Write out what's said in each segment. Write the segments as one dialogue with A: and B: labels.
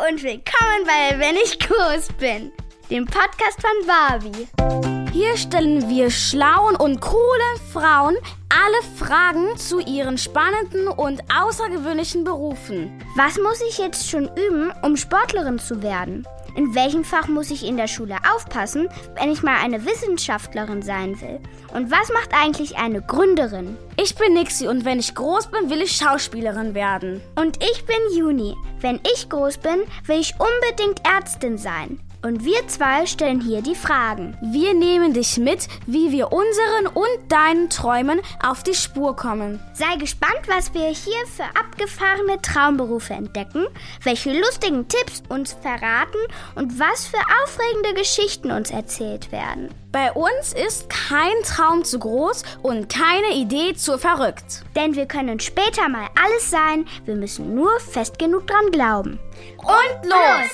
A: und willkommen bei Wenn ich groß bin, dem Podcast von Barbie.
B: Hier stellen wir schlauen und coolen Frauen alle Fragen zu ihren spannenden und außergewöhnlichen Berufen.
A: Was muss ich jetzt schon üben, um Sportlerin zu werden? In welchem Fach muss ich in der Schule aufpassen, wenn ich mal eine Wissenschaftlerin sein will? Und was macht eigentlich eine Gründerin?
B: Ich bin Nixie und wenn ich groß bin, will ich Schauspielerin werden.
A: Und ich bin Juni. Wenn ich groß bin, will ich unbedingt Ärztin sein. Und wir zwei stellen hier die Fragen.
B: Wir nehmen dich mit, wie wir unseren und deinen Träumen auf die Spur kommen.
A: Sei gespannt, was wir hier für abgefahrene Traumberufe entdecken, welche lustigen Tipps uns verraten und was für aufregende Geschichten uns erzählt werden.
B: Bei uns ist kein Traum zu groß und keine Idee zu verrückt.
A: Denn wir können später mal alles sein, wir müssen nur fest genug dran glauben. Und los!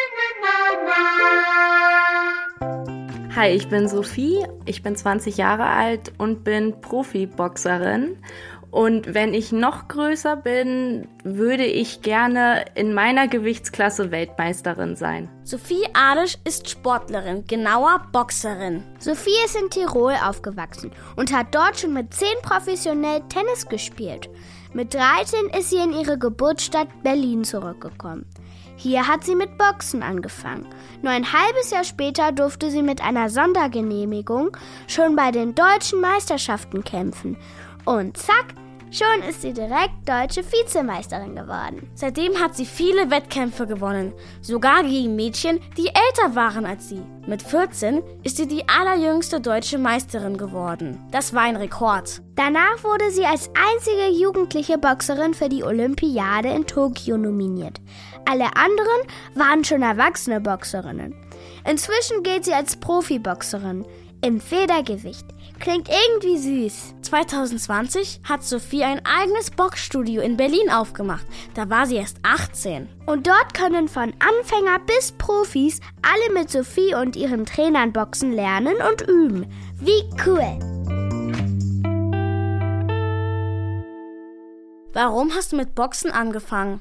C: Hi, ich bin Sophie, ich bin 20 Jahre alt und bin Profiboxerin. Und wenn ich noch größer bin, würde ich gerne in meiner Gewichtsklasse Weltmeisterin sein.
B: Sophie Adisch ist Sportlerin, genauer Boxerin.
A: Sophie ist in Tirol aufgewachsen und hat dort schon mit 10 professionell Tennis gespielt. Mit 13 ist sie in ihre Geburtsstadt Berlin zurückgekommen. Hier hat sie mit Boxen angefangen. Nur ein halbes Jahr später durfte sie mit einer Sondergenehmigung schon bei den deutschen Meisterschaften kämpfen. Und zack, schon ist sie direkt deutsche Vizemeisterin geworden.
B: Seitdem hat sie viele Wettkämpfe gewonnen, sogar gegen Mädchen, die älter waren als sie. Mit 14 ist sie die allerjüngste deutsche Meisterin geworden. Das war ein Rekord.
A: Danach wurde sie als einzige jugendliche Boxerin für die Olympiade in Tokio nominiert. Alle anderen waren schon erwachsene Boxerinnen. Inzwischen gilt sie als Profiboxerin im Federgewicht. Klingt irgendwie süß.
B: 2020 hat Sophie ein eigenes Boxstudio in Berlin aufgemacht. Da war sie erst 18.
A: Und dort können von Anfänger bis Profis alle mit Sophie und ihren Trainern Boxen lernen und üben. Wie cool!
B: Warum hast du mit Boxen angefangen?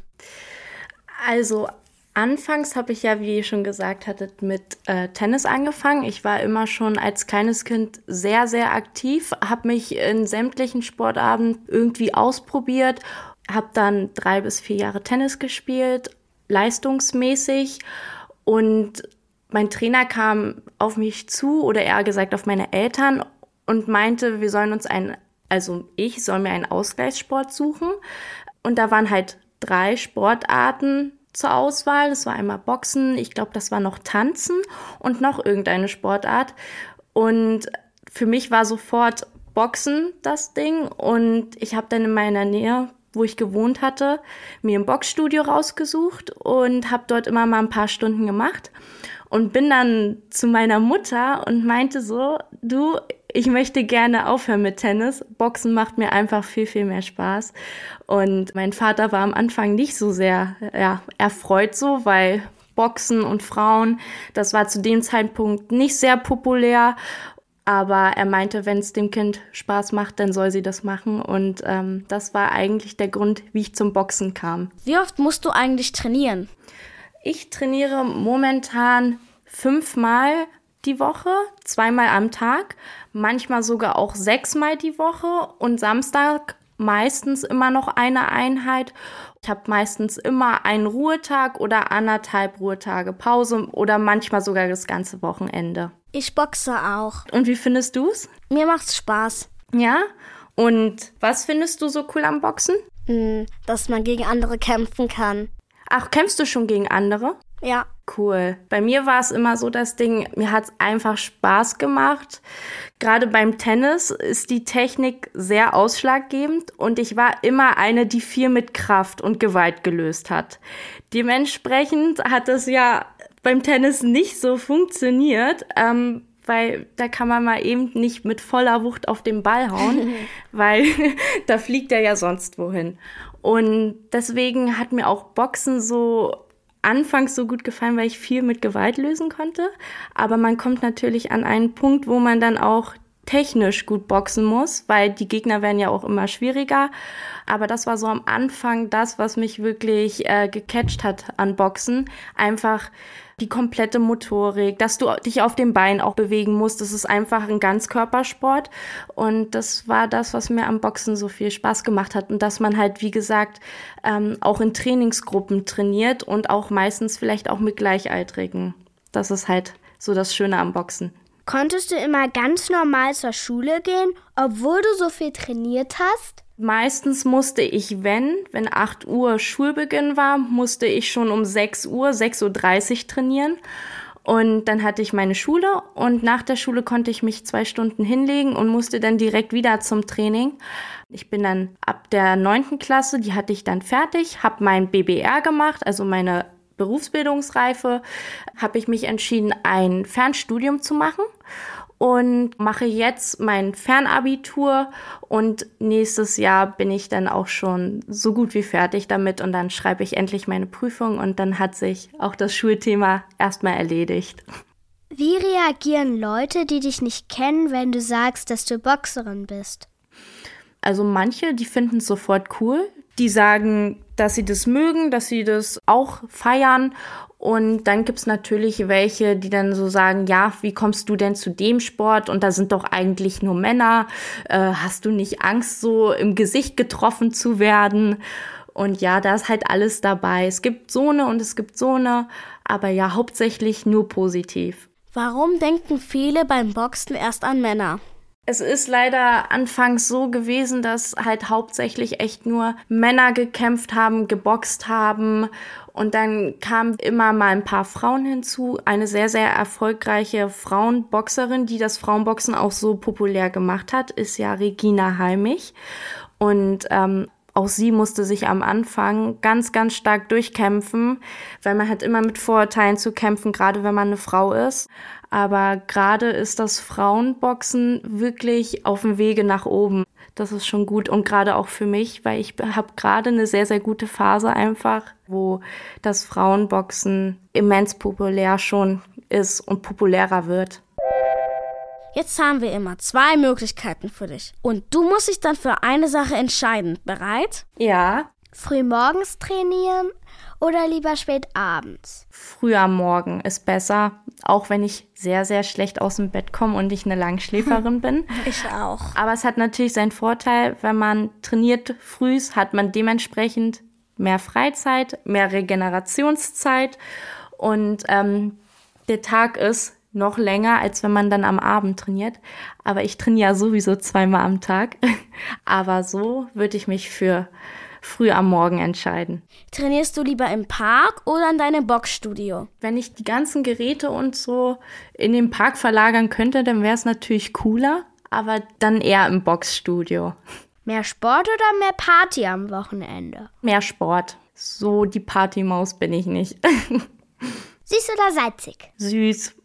C: Also anfangs habe ich ja, wie ihr schon gesagt hattet, mit Tennis angefangen. Ich war immer schon als kleines Kind sehr, sehr aktiv, habe mich in sämtlichen Sportarten irgendwie ausprobiert, habe dann 3 bis 4 Jahre Tennis gespielt, leistungsmäßig. Und mein Trainer kam auf mich zu, oder eher gesagt auf meine Eltern, und meinte, wir sollen uns ich soll mir einen Ausgleichssport suchen. Und da waren halt 3 Sportarten zur Auswahl. Das war einmal Boxen, ich glaube, das war noch Tanzen und noch irgendeine Sportart. Und für mich war sofort Boxen das Ding. Und ich habe dann in meiner Nähe, wo ich gewohnt hatte, mir ein Boxstudio rausgesucht und habe dort immer mal ein paar Stunden gemacht. Und bin dann zu meiner Mutter und meinte so, du, ich möchte gerne aufhören mit Tennis. Boxen macht mir einfach viel, viel mehr Spaß. Und mein Vater war am Anfang nicht so sehr erfreut so, weil Boxen und Frauen, das war zu dem Zeitpunkt nicht sehr populär. Aber er meinte, wenn es dem Kind Spaß macht, dann soll sie das machen. Und das war eigentlich der Grund, wie ich zum Boxen kam.
B: Wie oft musst du eigentlich trainieren?
C: Ich trainiere momentan 5-mal die Woche, 2-mal am Tag, manchmal sogar auch 6-mal die Woche und Samstag meistens immer noch eine Einheit. Ich habe meistens immer einen Ruhetag oder 1,5 Ruhetage Pause oder manchmal sogar das ganze Wochenende.
B: Ich boxe auch.
C: Und wie findest du's?
B: Mir macht's Spaß.
C: Ja? Und was findest du so cool am Boxen?
B: Dass man gegen andere kämpfen kann.
C: Ach, kämpfst du schon gegen andere?
B: Ja.
C: Cool. Bei mir war es immer so das Ding, mir hat es einfach Spaß gemacht. Gerade beim Tennis ist die Technik sehr ausschlaggebend und ich war immer eine, die viel mit Kraft und Gewalt gelöst hat. Dementsprechend hat es ja beim Tennis nicht so funktioniert, weil da kann man mal eben nicht mit voller Wucht auf den Ball hauen, weil da fliegt er ja sonst wohin. Und deswegen hat mir auch Boxen so anfangs so gut gefallen, weil ich viel mit Gewalt lösen konnte. Aber man kommt natürlich an einen Punkt, wo man dann auch technisch gut boxen muss, weil die Gegner werden ja auch immer schwieriger. Aber das war so am Anfang das, was mich wirklich gecatcht hat an Boxen. Einfach die komplette Motorik, dass du dich auf dem Bein auch bewegen musst. Das ist einfach ein Ganzkörpersport. Und das war das, was mir am Boxen so viel Spaß gemacht hat. Und dass man halt, wie gesagt, auch in Trainingsgruppen trainiert und auch meistens vielleicht auch mit Gleichaltrigen. Das ist halt so das Schöne am Boxen.
A: Konntest du immer ganz normal zur Schule gehen, obwohl du so viel trainiert hast?
C: Meistens musste ich, wenn 8 Uhr Schulbeginn war, musste ich schon um 6 Uhr, 6:30 Uhr trainieren. Und dann hatte ich meine Schule und nach der Schule konnte ich mich 2 Stunden hinlegen und musste dann direkt wieder zum Training. Ich bin dann ab der 9. Klasse, die hatte ich dann fertig, habe mein BBR gemacht, also meine Berufsbildungsreife, habe ich mich entschieden, ein Fernstudium zu machen und mache jetzt mein Fernabitur und nächstes Jahr bin ich dann auch schon so gut wie fertig damit und dann schreibe ich endlich meine Prüfung und dann hat sich auch das Schulthema erstmal erledigt.
A: Wie reagieren Leute, die dich nicht kennen, wenn du sagst, dass du Boxerin bist?
C: Also manche, die finden es sofort cool. Die sagen, dass sie das mögen, dass sie das auch feiern. Und dann gibt's natürlich welche, die dann so sagen, ja, wie kommst du denn zu dem Sport? Und da sind doch eigentlich nur Männer. Hast du nicht Angst, so im Gesicht getroffen zu werden? Und ja, da ist halt alles dabei. Es gibt so eine und es gibt so eine, aber ja, hauptsächlich nur positiv.
B: Warum denken viele beim Boxen erst an Männer?
C: Es ist leider anfangs so gewesen, dass halt hauptsächlich echt nur Männer gekämpft haben, geboxt haben und dann kamen immer mal ein paar Frauen hinzu. Eine sehr, sehr erfolgreiche Frauenboxerin, die das Frauenboxen auch so populär gemacht hat, ist ja Regina Halmich und auch sie musste sich am Anfang ganz, ganz stark durchkämpfen, weil man hat immer mit Vorurteilen zu kämpfen, gerade wenn man eine Frau ist. Aber gerade ist das Frauenboxen wirklich auf dem Wege nach oben. Das ist schon gut und gerade auch für mich, weil ich habe gerade eine sehr, sehr gute Phase einfach, wo das Frauenboxen immens populär schon ist und populärer wird.
B: Jetzt haben wir immer 2 Möglichkeiten für dich. Und du musst dich dann für eine Sache entscheiden. Bereit?
C: Ja.
A: Früh morgens trainieren oder lieber spät abends?
C: Früh am Morgen ist besser, auch wenn ich sehr, sehr schlecht aus dem Bett komme und ich eine Langschläferin bin.
B: Ich auch.
C: Aber es hat natürlich seinen Vorteil, wenn man trainiert früh, hat man dementsprechend mehr Freizeit, mehr Regenerationszeit und der Tag ist noch länger, als wenn man dann am Abend trainiert. Aber ich trainiere sowieso 2-mal am Tag. Aber so würde ich mich für früh am Morgen entscheiden.
B: Trainierst du lieber im Park oder in deinem Boxstudio?
C: Wenn ich die ganzen Geräte und so in den Park verlagern könnte, dann wäre es natürlich cooler, aber dann eher im Boxstudio.
A: Mehr Sport oder mehr Party am Wochenende?
C: Mehr Sport. So die Partymaus bin ich nicht.
A: Süß oder salzig?
C: Süß.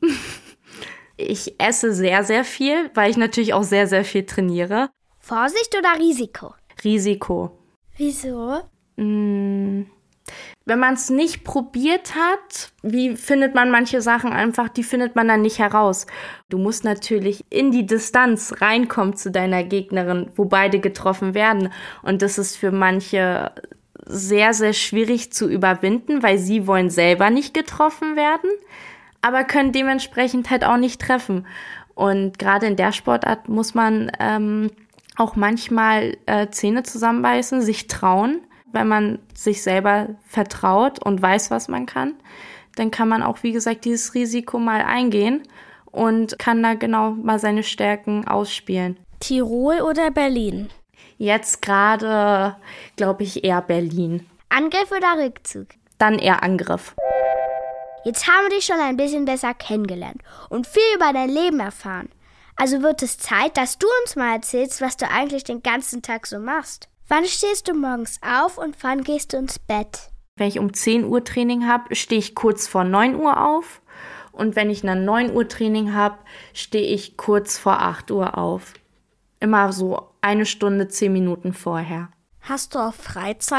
C: Ich esse sehr, sehr viel, weil ich natürlich auch sehr, sehr viel trainiere.
A: Vorsicht oder Risiko?
C: Risiko.
A: Wieso?
C: Wenn man es nicht probiert hat, wie findet man manche Sachen einfach, die findet man dann nicht heraus. Du musst natürlich in die Distanz reinkommen zu deiner Gegnerin, wo beide getroffen werden. Und das ist für manche sehr, sehr schwierig zu überwinden, weil sie wollen selber nicht getroffen werden, aber können dementsprechend halt auch nicht treffen. Und gerade in der Sportart muss man auch manchmal Zähne zusammenbeißen, sich trauen. Wenn man sich selber vertraut und weiß, was man kann, dann kann man auch, wie gesagt, dieses Risiko mal eingehen und kann da genau mal seine Stärken ausspielen.
B: Tirol oder Berlin?
C: Jetzt gerade, glaube ich, eher Berlin.
A: Angriff oder Rückzug?
C: Dann eher Angriff.
A: Jetzt haben wir dich schon ein bisschen besser kennengelernt und viel über dein Leben erfahren. Also wird es Zeit, dass du uns mal erzählst, was du eigentlich den ganzen Tag so machst. Wann stehst du morgens auf und wann gehst du ins Bett?
C: Wenn ich um 10 Uhr Training habe, stehe ich kurz vor 9 Uhr auf. Und wenn ich dann 9 Uhr Training habe, stehe ich kurz vor 8 Uhr auf. Immer so 1 Stunde, 10 Minuten vorher.
B: Hast du auch Freizeit?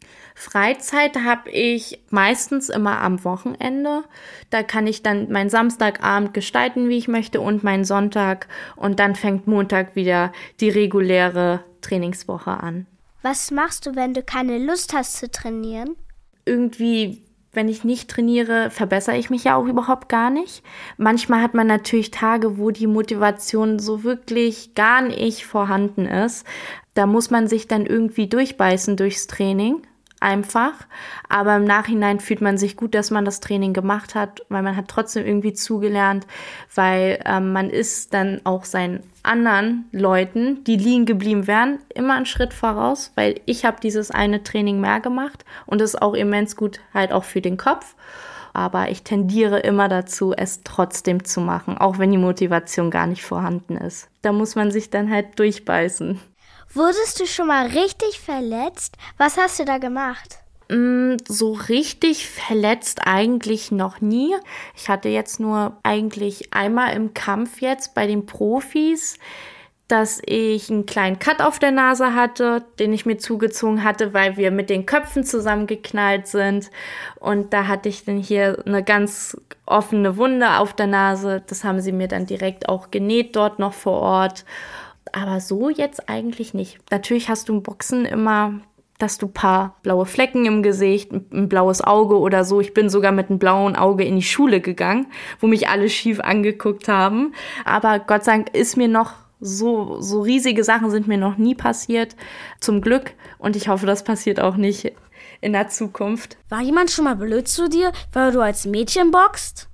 C: Freizeit habe ich meistens immer am Wochenende. Da kann ich dann meinen Samstagabend gestalten, wie ich möchte, und meinen Sonntag. Und dann fängt Montag wieder die reguläre Trainingswoche an.
A: Was machst du, wenn du keine Lust hast zu trainieren?
C: Irgendwie, wenn ich nicht trainiere, verbessere ich mich ja auch überhaupt gar nicht. Manchmal hat man natürlich Tage, wo die Motivation so wirklich gar nicht vorhanden ist. Da muss man sich dann irgendwie durchbeißen durchs Training. Einfach, aber im Nachhinein fühlt man sich gut, dass man das Training gemacht hat, weil man hat trotzdem irgendwie zugelernt, weil man ist dann auch seinen anderen Leuten, die liegen geblieben wären, immer einen Schritt voraus, weil ich habe dieses eine Training mehr gemacht und das ist auch immens gut halt auch für den Kopf, aber ich tendiere immer dazu, es trotzdem zu machen, auch wenn die Motivation gar nicht vorhanden ist. Da muss man sich dann halt durchbeißen.
A: Wurdest du schon mal richtig verletzt? Was hast du da gemacht?
C: So richtig verletzt eigentlich noch nie. Ich hatte jetzt nur eigentlich einmal im Kampf jetzt bei den Profis, dass ich einen kleinen Cut auf der Nase hatte, den ich mir zugezogen hatte, weil wir mit den Köpfen zusammengeknallt sind. Und da hatte ich dann hier eine ganz offene Wunde auf der Nase. Das haben sie mir dann direkt auch genäht dort noch vor Ort. Aber so jetzt eigentlich nicht. Natürlich hast du im Boxen immer, dass du ein paar blaue Flecken im Gesicht, ein blaues Auge oder so. Ich bin sogar mit einem blauen Auge in die Schule gegangen, wo mich alle schief angeguckt haben. Aber Gott sei Dank ist mir noch so riesige Sachen sind mir noch nie passiert. Zum Glück. Und ich hoffe, das passiert auch nicht in der Zukunft.
B: War jemand schon mal blöd zu dir, weil du als Mädchen boxt?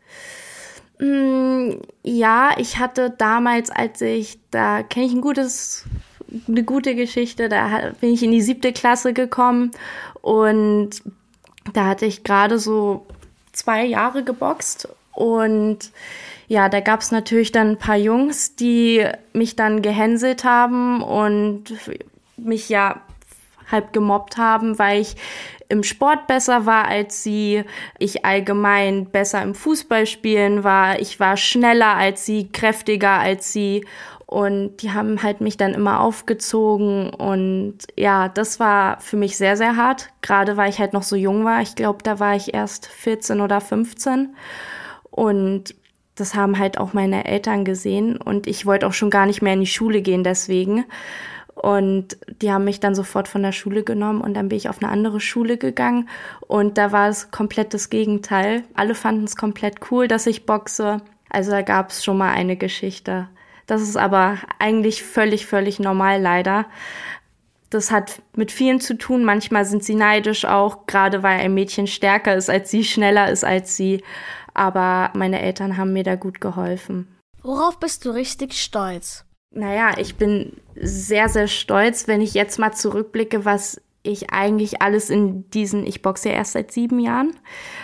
C: Ja, ich hatte damals, da kenne ich eine gute Geschichte, da bin ich in die 7. Klasse gekommen und da hatte ich gerade so 2 Jahre geboxt und ja, da gab es natürlich dann ein paar Jungs, die mich dann gehänselt haben und mich ja halb gemobbt haben, weil ich im Sport besser war als sie, ich allgemein besser im Fußballspielen war, ich war schneller als sie, kräftiger als sie und die haben halt mich dann immer aufgezogen und ja, das war für mich sehr, sehr hart, gerade weil ich halt noch so jung war, ich glaube, da war ich erst 14 oder 15 und das haben halt auch meine Eltern gesehen und ich wollte auch schon gar nicht mehr in die Schule gehen deswegen. Und die haben mich dann sofort von der Schule genommen und dann bin ich auf eine andere Schule gegangen und da war es komplett das Gegenteil. Alle fanden es komplett cool, dass ich boxe. Also da gab es schon mal eine Geschichte. Das ist aber eigentlich völlig, völlig normal leider. Das hat mit vielen zu tun. Manchmal sind sie neidisch auch, gerade weil ein Mädchen stärker ist als sie, schneller ist als sie. Aber meine Eltern haben mir da gut geholfen.
B: Worauf bist du richtig stolz?
C: Naja, ich bin sehr, sehr stolz, wenn ich jetzt mal zurückblicke, was ich eigentlich alles ich boxe ja erst seit 7 Jahren,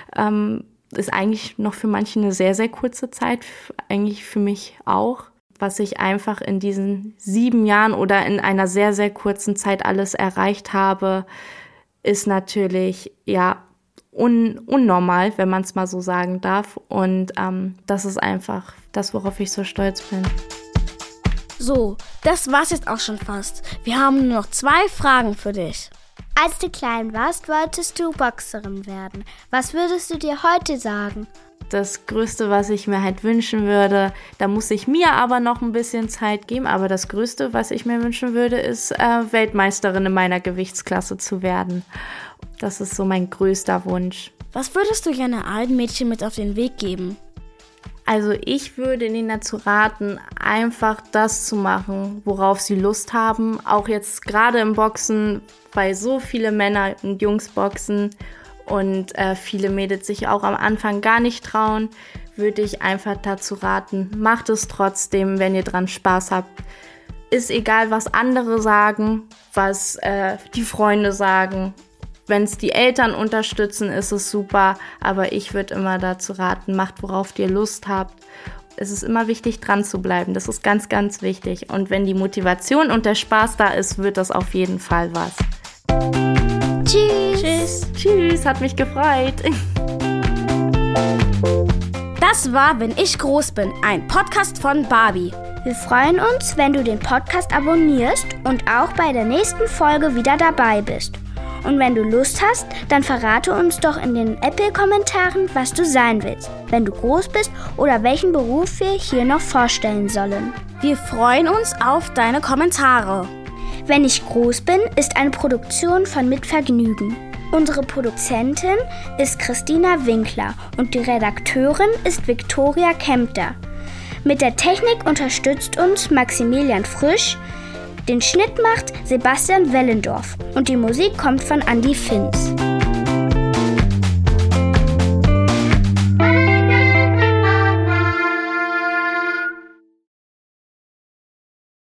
C: ist eigentlich noch für manche eine sehr, sehr kurze Zeit, eigentlich für mich auch. Was ich einfach in diesen 7 Jahren oder in einer sehr, sehr kurzen Zeit alles erreicht habe, ist natürlich, ja, unnormal, wenn man es mal so sagen darf. Und das ist einfach das, worauf ich so stolz bin.
B: So, das war's jetzt auch schon fast. Wir haben nur noch 2 Fragen für dich.
A: Als du klein warst, wolltest du Boxerin werden. Was würdest du dir heute sagen?
C: Das Größte, was ich mir halt wünschen würde, da muss ich mir aber noch ein bisschen Zeit geben, aber das Größte, was ich mir wünschen würde, ist Weltmeisterin in meiner Gewichtsklasse zu werden. Das ist so mein größter Wunsch.
B: Was würdest du gerne allen Mädchen mit auf den Weg geben?
C: Also ich würde ihnen dazu raten, einfach das zu machen, worauf sie Lust haben. Auch jetzt gerade im Boxen, weil so viele Männer und Jungs boxen und viele Mädels sich auch am Anfang gar nicht trauen, würde ich einfach dazu raten, macht es trotzdem, wenn ihr dran Spaß habt. Ist egal, was andere sagen, was die Freunde sagen. Wenn es die Eltern unterstützen, ist es super, aber ich würde immer dazu raten, macht, worauf ihr Lust habt. Es ist immer wichtig, dran zu bleiben. Das ist ganz, ganz wichtig. Und wenn die Motivation und der Spaß da ist, wird das auf jeden Fall was.
A: Tschüss.
C: Tschüss. Tschüss, hat mich gefreut.
B: Das war Wenn ich groß bin, ein Podcast von Barbie.
A: Wir freuen uns, wenn du den Podcast abonnierst und auch bei der nächsten Folge wieder dabei bist. Und wenn du Lust hast, dann verrate uns doch in den Apple-Kommentaren, was du sein willst, wenn du groß bist oder welchen Beruf wir hier noch vorstellen sollen.
B: Wir freuen uns auf deine Kommentare.
A: Wenn ich groß bin, ist eine Produktion von Mit Vergnügen. Unsere Produzentin ist Christina Winkler und die Redakteurin ist Viktoria Kempter. Mit der Technik unterstützt uns Maximilian Frisch, den Schnitt macht Sebastian Wellendorf und die Musik kommt von Andi Finz.